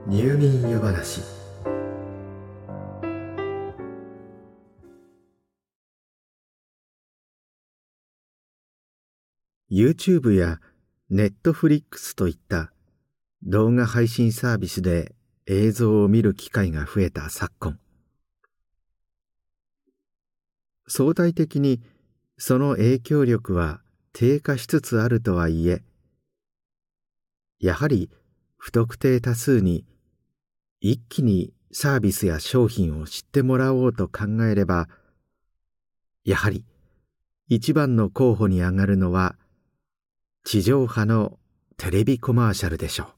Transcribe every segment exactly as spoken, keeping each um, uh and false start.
入眠湯話。YouTube や Netflix といった動画配信サービスで映像を見る機会が増えた昨今、相対的にその影響力は低下しつつあるとはいえ、やはり不特定多数に一気にサービスや商品を知ってもらおうと考えれば、やはり一番の候補に上がるのは地上波のテレビコマーシャルでしょう。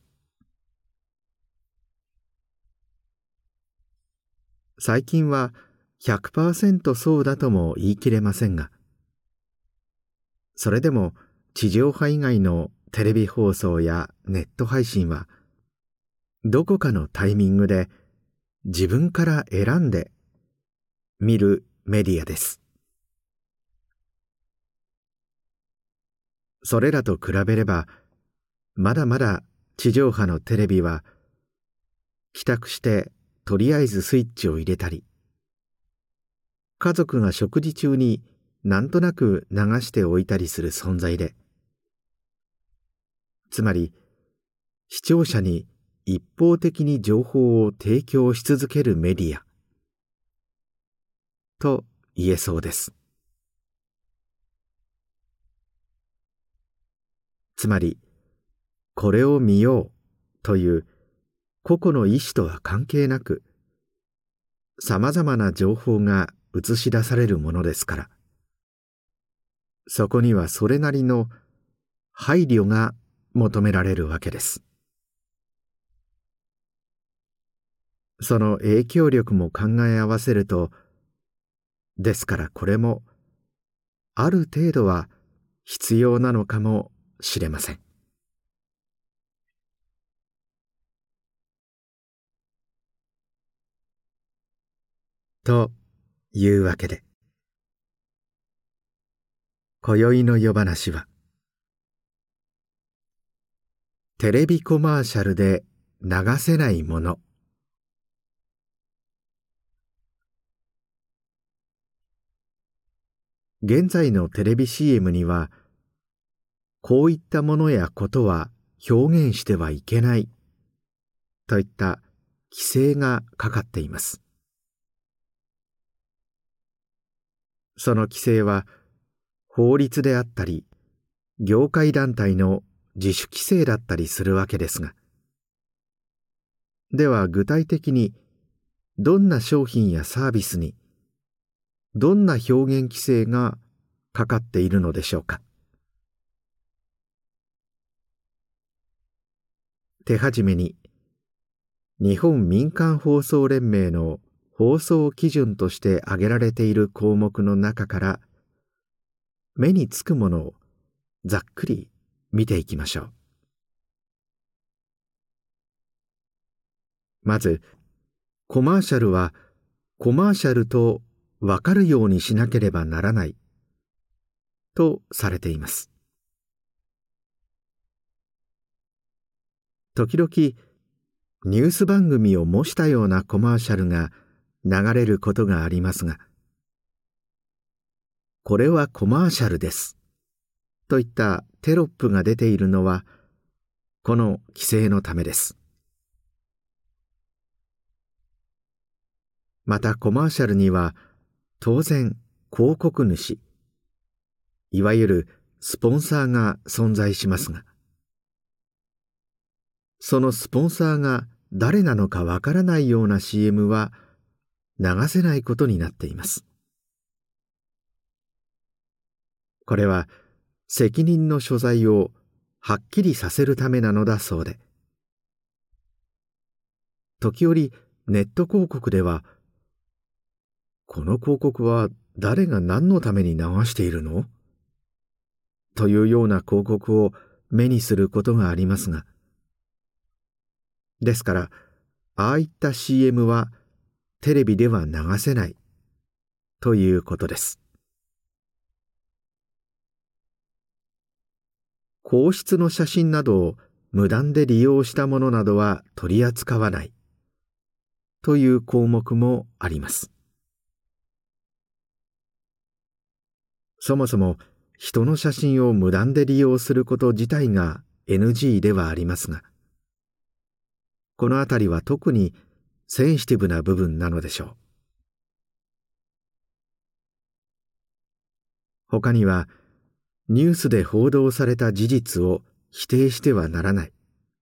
最近は ひゃくパーセント そうだとも言い切れませんが、それでも地上波以外のテレビ放送やネット配信はどこかのタイミングで自分から選んで見るメディアです。それらと比べればまだまだ地上波のテレビは帰宅してとりあえずスイッチを入れたり、家族が食事中になんとなく流しておいたりする存在で、つまり視聴者に一方的に情報を提供し続けるメディアと言えそうです。つまりこれを見ようという個々の意思とは関係なく、さまざまな情報が映し出されるものですから、そこにはそれなりの配慮が求められるわけです。その影響力も考え合わせると、ですからこれもある程度は必要なのかもしれません。というわけで、今宵の夜話は、テレビコマーシャルで流せないもの。現在のテレビ シーエム には、こういったものやことは表現してはいけないといった規制がかかっています。その規制は法律であったり、業界団体の自主規制だったりするわけですが、では具体的にどんな商品やサービスにどんな表現規制がかかっているのでしょうか。手始めに日本民間放送連盟の放送基準として挙げられている項目の中から目につくものをざっくり見ていきましょう。まず、コマーシャルはコマーシャルと分かるようにしなければならないとされています。時々ニュース番組を模したようなコマーシャルが流れることがありますが、これはコマーシャルですといったテロップが出ているのはこの規制のためです。またコマーシャルには当然広告主、いわゆるスポンサーが存在しますが、そのスポンサーが誰なのかわからないような シーエム は流せないことになっています。これは責任の所在をはっきりさせるためなのだそうで、時折ネット広告では、この広告は誰が何のために流しているの？というような広告を目にすることがありますが、ですからああいった シーエム はテレビでは流せないということです。皇室の写真などを無断で利用したものなどは取り扱わないという項目もあります。そもそも人の写真を無断で利用すること自体が エヌジー ではありますが、このあたりは特にセンシティブな部分なのでしょう。他には、ニュースで報道された事実を否定してはならない。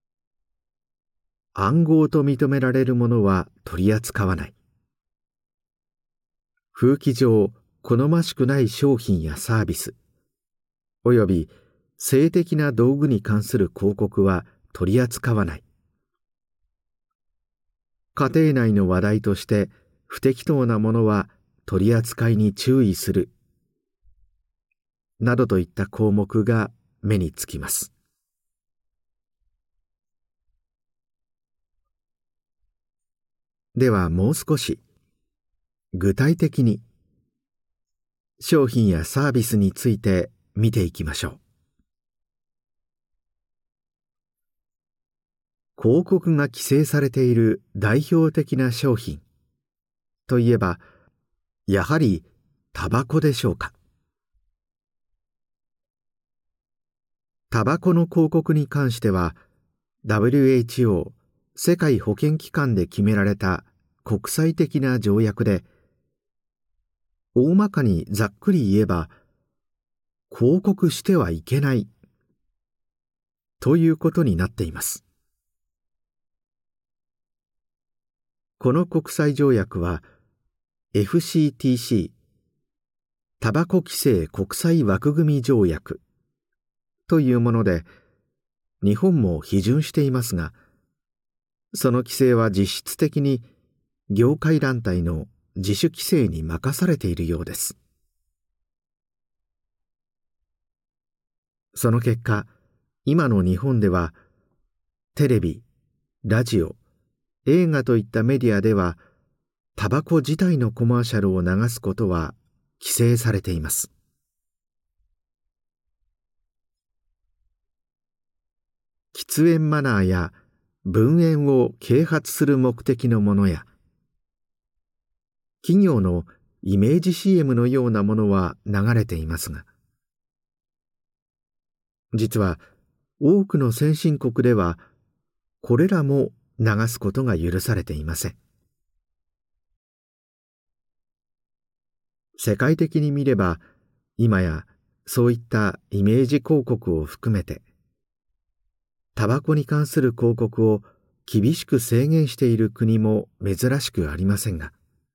暗号と認められるものは取り扱わない。風紀上好ましくない商品やサービス、および性的な道具に関する広告は取り扱わない。家庭内の話題として不適当なものは取り扱いに注意する。などといった項目が目につきます。ではもう少し具体的に商品やサービスについて見ていきましょう。広告が規制されている代表的な商品といえば、やはりタバコでしょうか。タバコの広告に関しては ダブリューエイチオー 世界保健機関で決められた国際的な条約で、大まかにざっくり言えば広告してはいけないということになっています。この国際条約は エフシーティーシー タバコ規制国際枠組み条約というもので、日本も批准していますが、その規制は実質的に業界団体の自主規制に任されているようです。その結果、今の日本ではテレビ、ラジオ、映画といったメディアではタバコ自体のコマーシャルを流すことは規制されています。喫煙マナーや分煙を啓発する目的のものや、企業のイメージ シーエム のようなものは流れていますが、実は多くの先進国ではこれらも流すことが許されていません。世界的に見れば、今やそういったイメージ広告を含めてタバコに関する広告を厳しく制限している国も珍しくありませんが、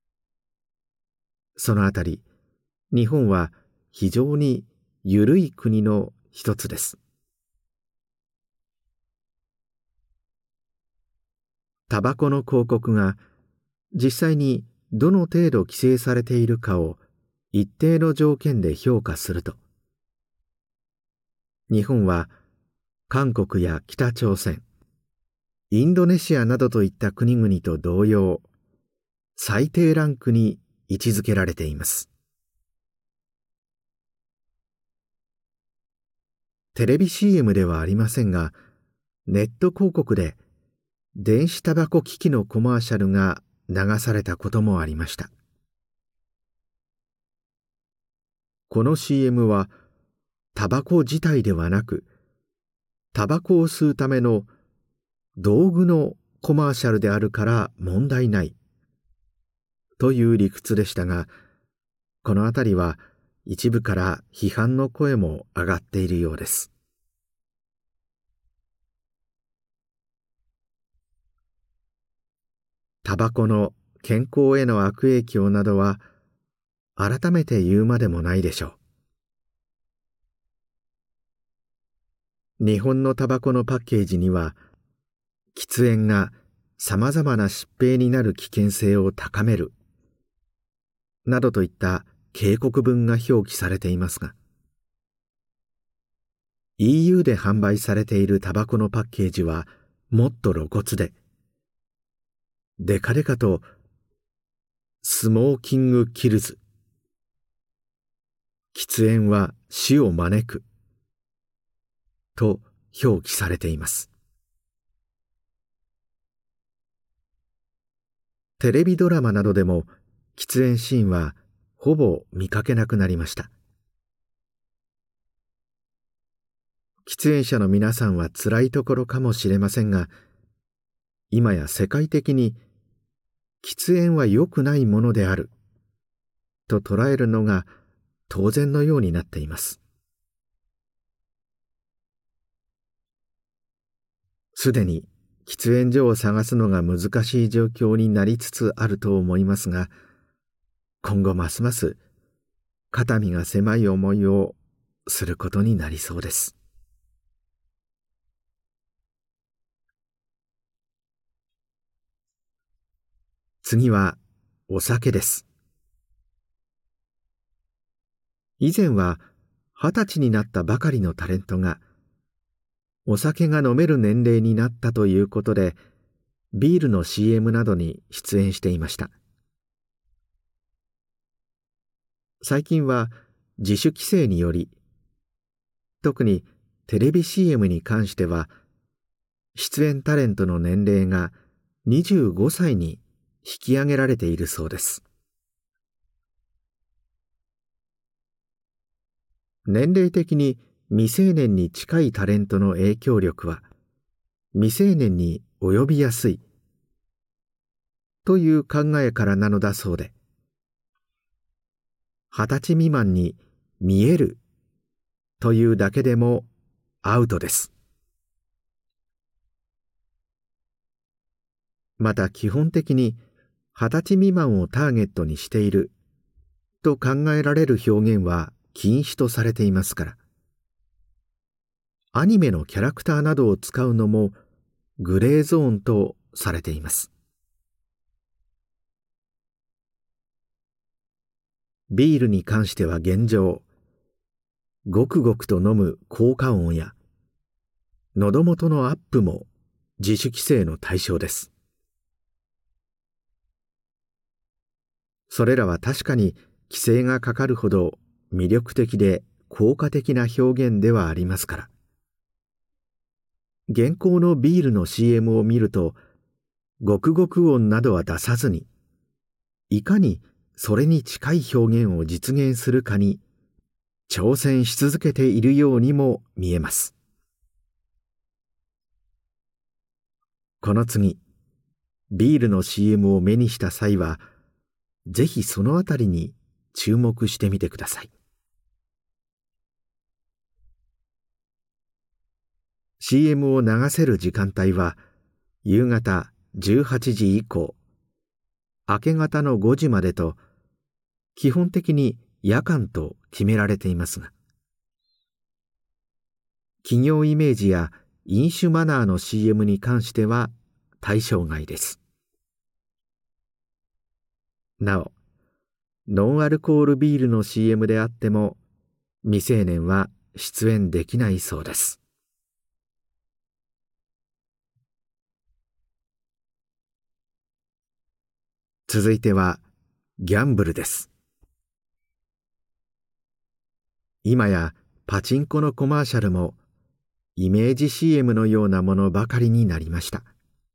そのあたり日本は非常に緩い国の一つです。タバコの広告が実際にどの程度規制されているかを一定の条件で評価すると、日本は韓国や北朝鮮、インドネシアなどといった国々と同様、最低ランクに位置づけられています。テレビ シーエム ではありませんが、ネット広告で電子タバコ機器のコマーシャルが流されたこともありました。この シーエム はタバコ自体ではなく、タバコを吸うための道具のコマーシャルであるから問題ないという理屈でしたが、このあたりは一部から批判の声も上がっているようです。タバコの健康への悪影響などは改めて言うまでもないでしょう。日本のタバコのパッケージには、喫煙がさまざまな疾病になる危険性を高めるなどといった警告文が表記されていますが、 イーユー で販売されているタバコのパッケージはもっと露骨で、デカデカとスモーキングキルズ、喫煙は死を招くと表記されています。 テレビドラマなどでも喫煙シーンはほぼ見かけなくなりました。喫煙者の皆さんは辛いところかもしれませんが、今や世界的に喫煙は良くないものであると捉えるのが当然のようになっています。すでに喫煙所を探すのが難しい状況になりつつあると思いますが、今後ますます肩身が狭い思いをすることになりそうです。次はお酒です。以前は二十歳になったばかりのタレントがお酒が飲める年齢になったということでビールの シーエム などに出演していました。最近は自主規制により、特にテレビ シーエム に関しては出演タレントの年齢がにじゅうごさいに引き上げられているそうです。年齢的に未成年に近いタレントの影響力は未成年に及びやすいという考えからなのだそうで、二十歳未満に見えるというだけでもアウトです。また基本的に二十歳未満をターゲットにしていると考えられる表現は禁止とされていますから、アニメのキャラクターなどを使うのもグレーゾーンとされています。ビールに関しては現状、ごくごくと飲む効果音や喉元のアップも自主規制の対象です。それらは確かに規制がかかるほど魅力的で効果的な表現ではありますから、現行のビールの シーエム を見るとごくごく音などは出さずに、いかにそれに近い表現を実現するかに挑戦し続けているようにも見えます。この次、ビールの シーエム を目にした際は、ぜひそのあたりに注目してみてください。シーエム を流せる時間帯は夕方じゅうはちじ以降、明け方のごじまでと基本的に夜間と決められていますが、企業イメージや飲酒マナーの シーエム に関しては対象外です。なお、ノンアルコールビールの シーエム であっても未成年は出演できないそうです。続いてはギャンブルです。今やパチンコのコマーシャルもイメージ シーエム のようなものばかりになりました。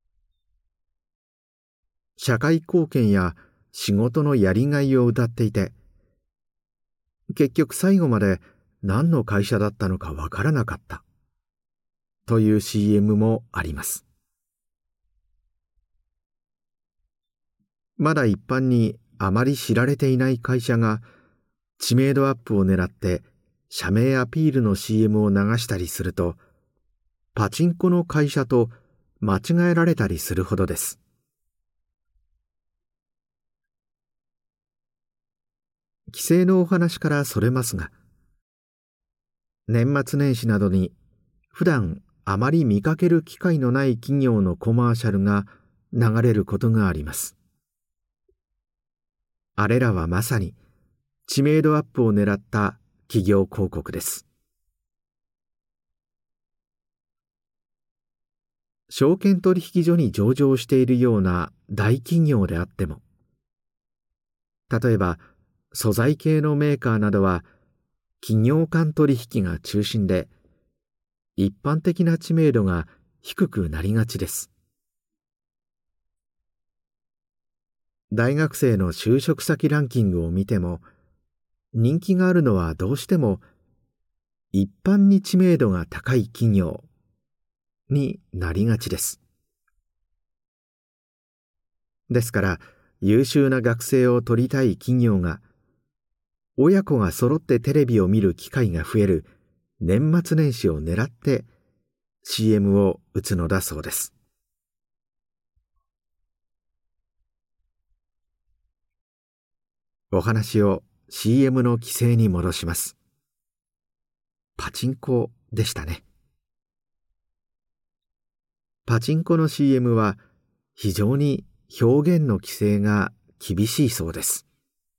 社会貢献や仕事のやりがいを謳っていて、結局最後まで何の会社だったのかわからなかったという シーエム もあります。まだ一般にあまり知られていない会社が知名度アップを狙って社名アピールの シーエム を流したりすると、パチンコの会社と間違えられたりするほどです。規制のお話からそれますが、年末年始などに普段あまり見かける機会のない企業のコマーシャルが流れることがあります。あれらはまさに知名度アップを狙った企業広告です。証券取引所に上場しているような大企業であっても、例えば素材系のメーカーなどは企業間取引が中心で一般的な知名度が低くなりがちです。 大学生の就職先ランキングを見ても、人気があるのはどうしても一般に知名度が高い企業になりがちです。ですから、優秀な学生を取りたい企業が、親子が揃ってテレビを見る機会が増える年末年始を狙って シーエム を打つのだそうです。お話を シーエム の規制に戻します。パチンコでしたね。パチンコの シーエム は非常に表現の規制が厳しいそうです。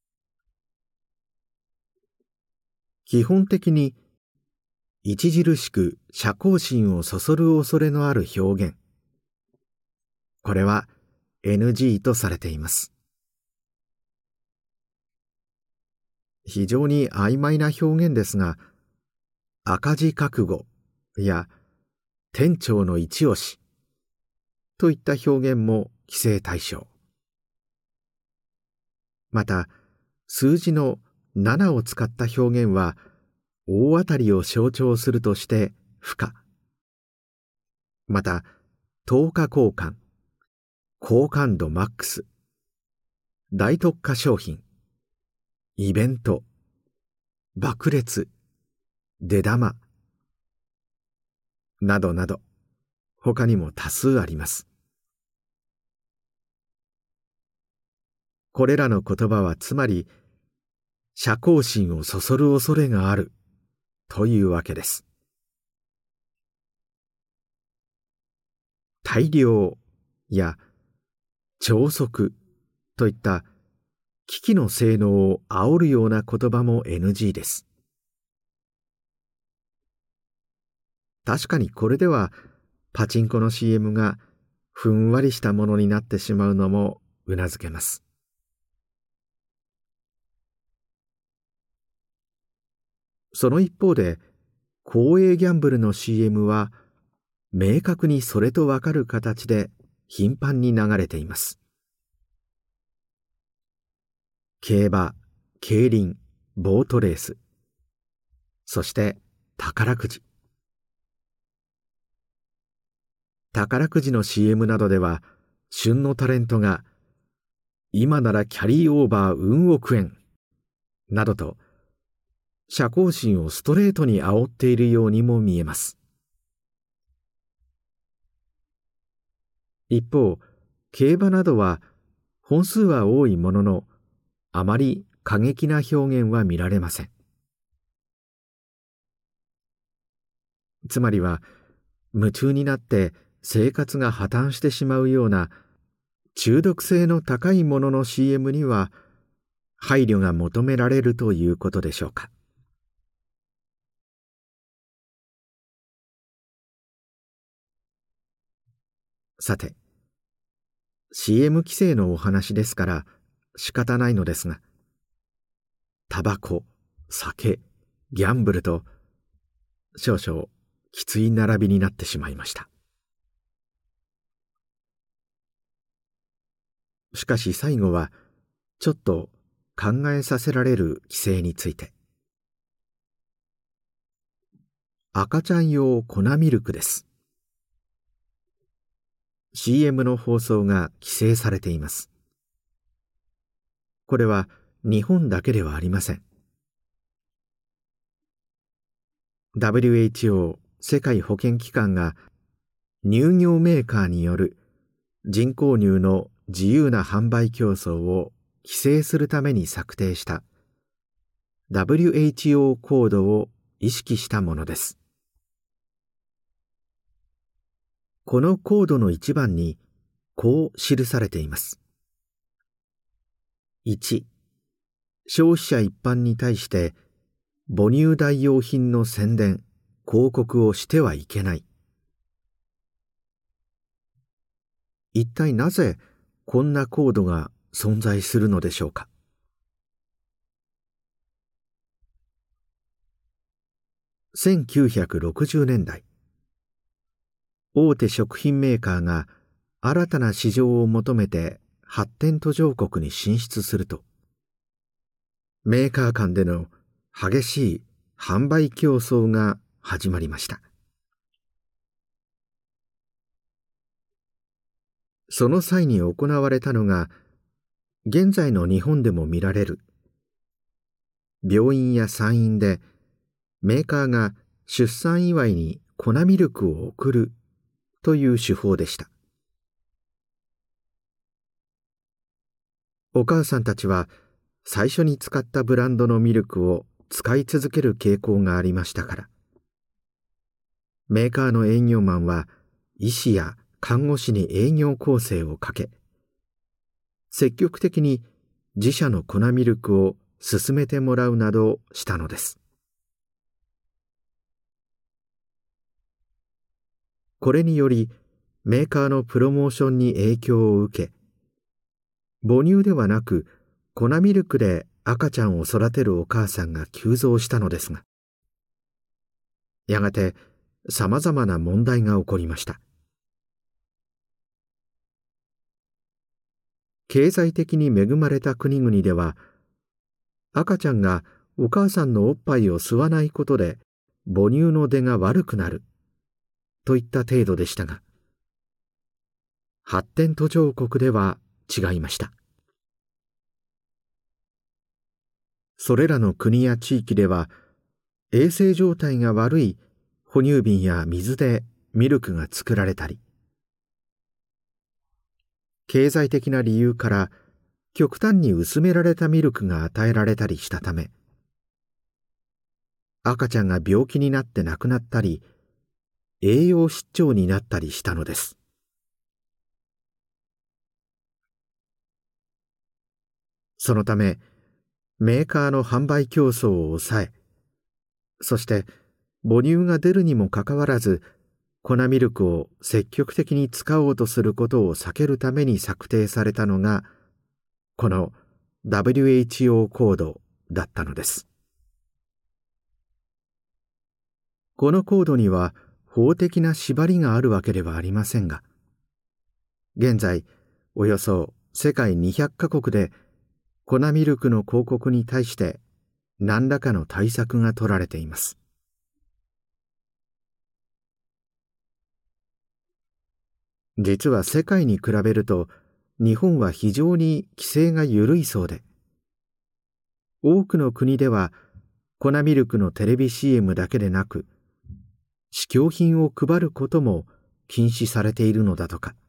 基本的に著しく射幸心をそそる恐れのある表現、これは エヌジー とされています。非常に曖昧な表現ですが、赤字覚悟や店長の一押しといった表現も規制対象。また、数字のななを使った表現は大当たりを象徴するとして不可。また、等価交換、好感度マックス、大特価商品、イベント、爆裂、出玉などなど、他にも多数あります。これらの言葉はつまり、射幸心をそそる恐れがあるというわけです。大量や超速といった機器の性能を煽るような言葉も エヌジー です。確かにこれではパチンコの シーエム がふんわりしたものになってしまうのもうなずけます。その一方で、公営ギャンブルの シーエム は明確にそれとわかる形で頻繁に流れています。競馬、競輪、ボートレース、そして宝くじ。宝くじの シーエム などでは、旬のタレントが今ならキャリーオーバーうん億円などと射幸心をストレートに煽っているようにも見えます。一方、競馬などは本数は多いものの、あまり過激な表現は見られません。つまりは、夢中になって生活が破綻してしまうような中毒性の高いものの シーエム には配慮が求められるということでしょうか。さて、シーエム 規制のお話ですから仕方ないのですが、タバコ、酒、ギャンブルと少々きつい並びになってしまいました。しかし最後はちょっと考えさせられる規制について。赤ちゃん用粉ミルクです。シーエム の放送が規制されています。これは日本だけではありません。ダブリューエイチオー 世界保健機関が乳業メーカーによる人工乳の自由な販売競争を規制するために策定した ダブリューエイチオー コードを意識したものです。このコードの一番にこう記されています。いち、消費者一般に対して母乳代用品の宣伝、広告をしてはいけない。一体なぜこんなコードが存在するのでしょうか。せんきゅうひゃくろくじゅうねんだい、大手食品メーカーが新たな市場を求めて発展途上国に進出すると、メーカー間での激しい販売競争が始まりました。その際に行われたのが、現在の日本でも見られる、病院や産院でメーカーが出産祝いに粉ミルクを送るという手法でした。お母さんたちは最初に使ったブランドのミルクを使い続ける傾向がありましたから、メーカーの営業マンは医師や看護師に営業攻勢をかけ、積極的に自社の粉ミルクを勧めてもらうなどしたのです。これによりメーカーのプロモーションに影響を受け、母乳ではなく粉ミルクで赤ちゃんを育てるお母さんが急増したのですが、やがてさまざまな問題が起こりました。経済的に恵まれた国々では、赤ちゃんがお母さんのおっぱいを吸わないことで母乳の出が悪くなるといった程度でしたが、発展途上国では違いました。それらの国や地域では、衛生状態が悪い哺乳瓶や水でミルクが作られたり、経済的な理由から極端に薄められたミルクが与えられたりしたため、赤ちゃんが病気になって亡くなったり、栄養失調になったりしたのです。そのため、メーカーの販売競争を抑え、そして母乳が出るにもかかわらず、粉ミルクを積極的に使おうとすることを避けるために策定されたのが、この ダブリューエイチオー コードだったのです。このコードには法的な縛りがあるわけではありませんが、現在およそ世界にひゃくカ国で粉ミルクの広告に対して何らかの対策が取られています。実は世界に比べると日本は非常に規制が緩いそうで、多くの国では粉ミルクのテレビ シーエム だけでなく、試供品を配ることも禁止されているのだとか。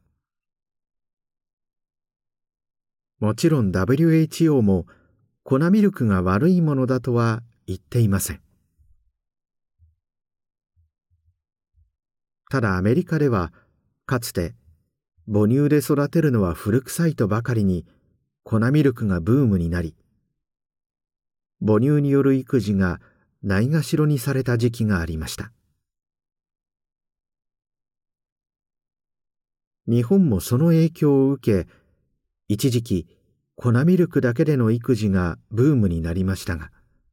もちろん ダブリューエイチオー も粉ミルクが悪いものだとは言っていません。ただアメリカではかつて母乳で育てるのは古臭いとばかりに粉ミルクがブームになり、母乳による育児がないがしろにされた時期がありました。日本もその影響を受け、一時期粉ミルクだけでの育児がブームになりましたが、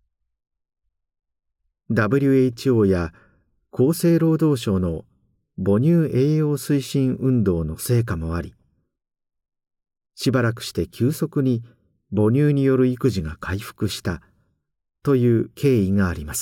ダブリューエイチオー や厚生労働省の母乳栄養推進運動の成果もあり、しばらくして急速に母乳による育児が回復したという経緯があります。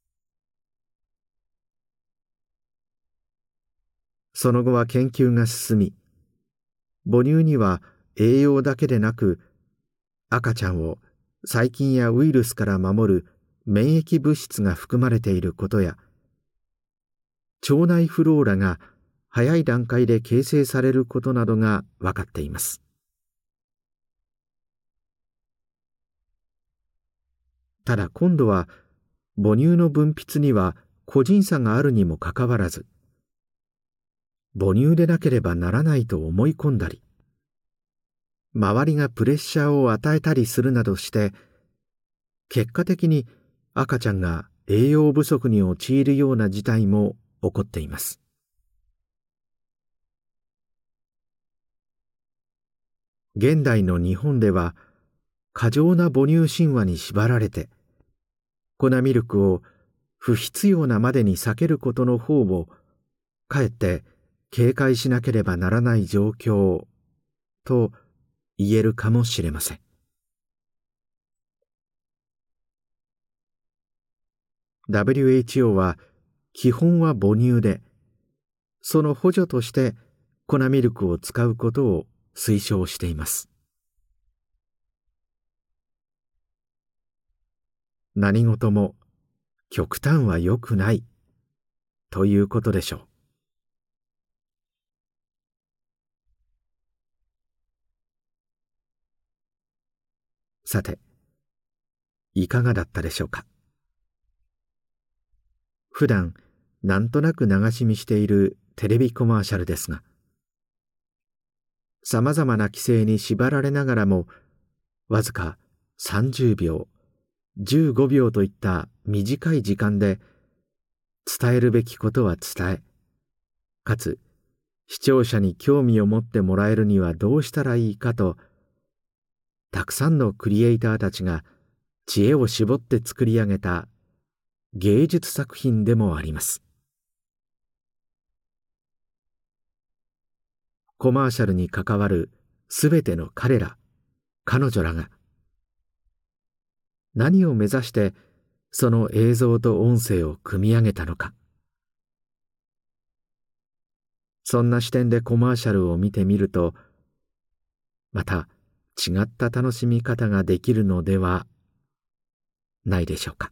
その後は研究が進み、母乳には栄養だけでなく、赤ちゃんを細菌やウイルスから守る免疫物質が含まれていることや、腸内フローラが早い段階で形成されることなどが分かっています。ただ今度は母乳の分泌には個人差があるにもかかわらず、母乳でなければならないと思い込んだり、周りがプレッシャーを与えたりするなどして、結果的に赤ちゃんが栄養不足に陥るような事態も起こっています。現代の日本では過剰な母乳神話に縛られて、粉ミルクを不必要なまでに避けることの方をかえって警戒しなければならない状況と言えるかもしれません。ダブリューエイチオー は基本は母乳で、その補助として粉ミルクを使うことを推奨しています。何事も極端は良くないということでしょう。さて、いかがだったでしょうか。普段なんとなく流し見しているテレビコマーシャルですが、さまざまな規制に縛られながらも、わずかさんじゅうびょう、じゅうごびょうといった短い時間で伝えるべきことは伝え、かつ視聴者に興味を持ってもらえるにはどうしたらいいかと、たくさんのクリエイターたちが知恵を絞って作り上げた芸術作品でもあります。コマーシャルに関わるすべての彼ら、彼女らが何を目指してその映像と音声を組み上げたのか。そんな視点でコマーシャルを見てみると、また違った楽しみ方ができるのではないでしょうか。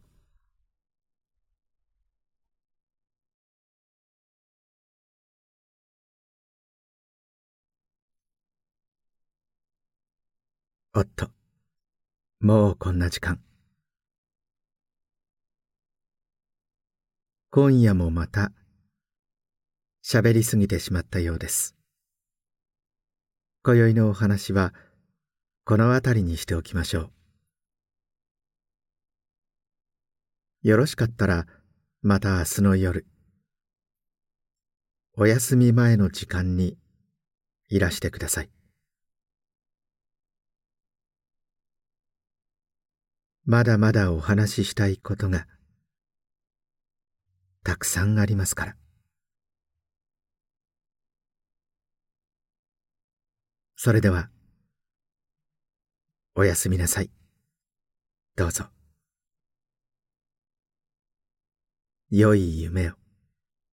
おっと、もうこんな時間。今夜もまた喋りすぎてしまったようです。今宵のお話はこの辺りにしておきましょう。よろしかったらまた明日の夜、お休み前の時間にいらしてください。まだまだお話ししたいことがたくさんありますから。それではおやすみなさい。どうぞ。良い夢を。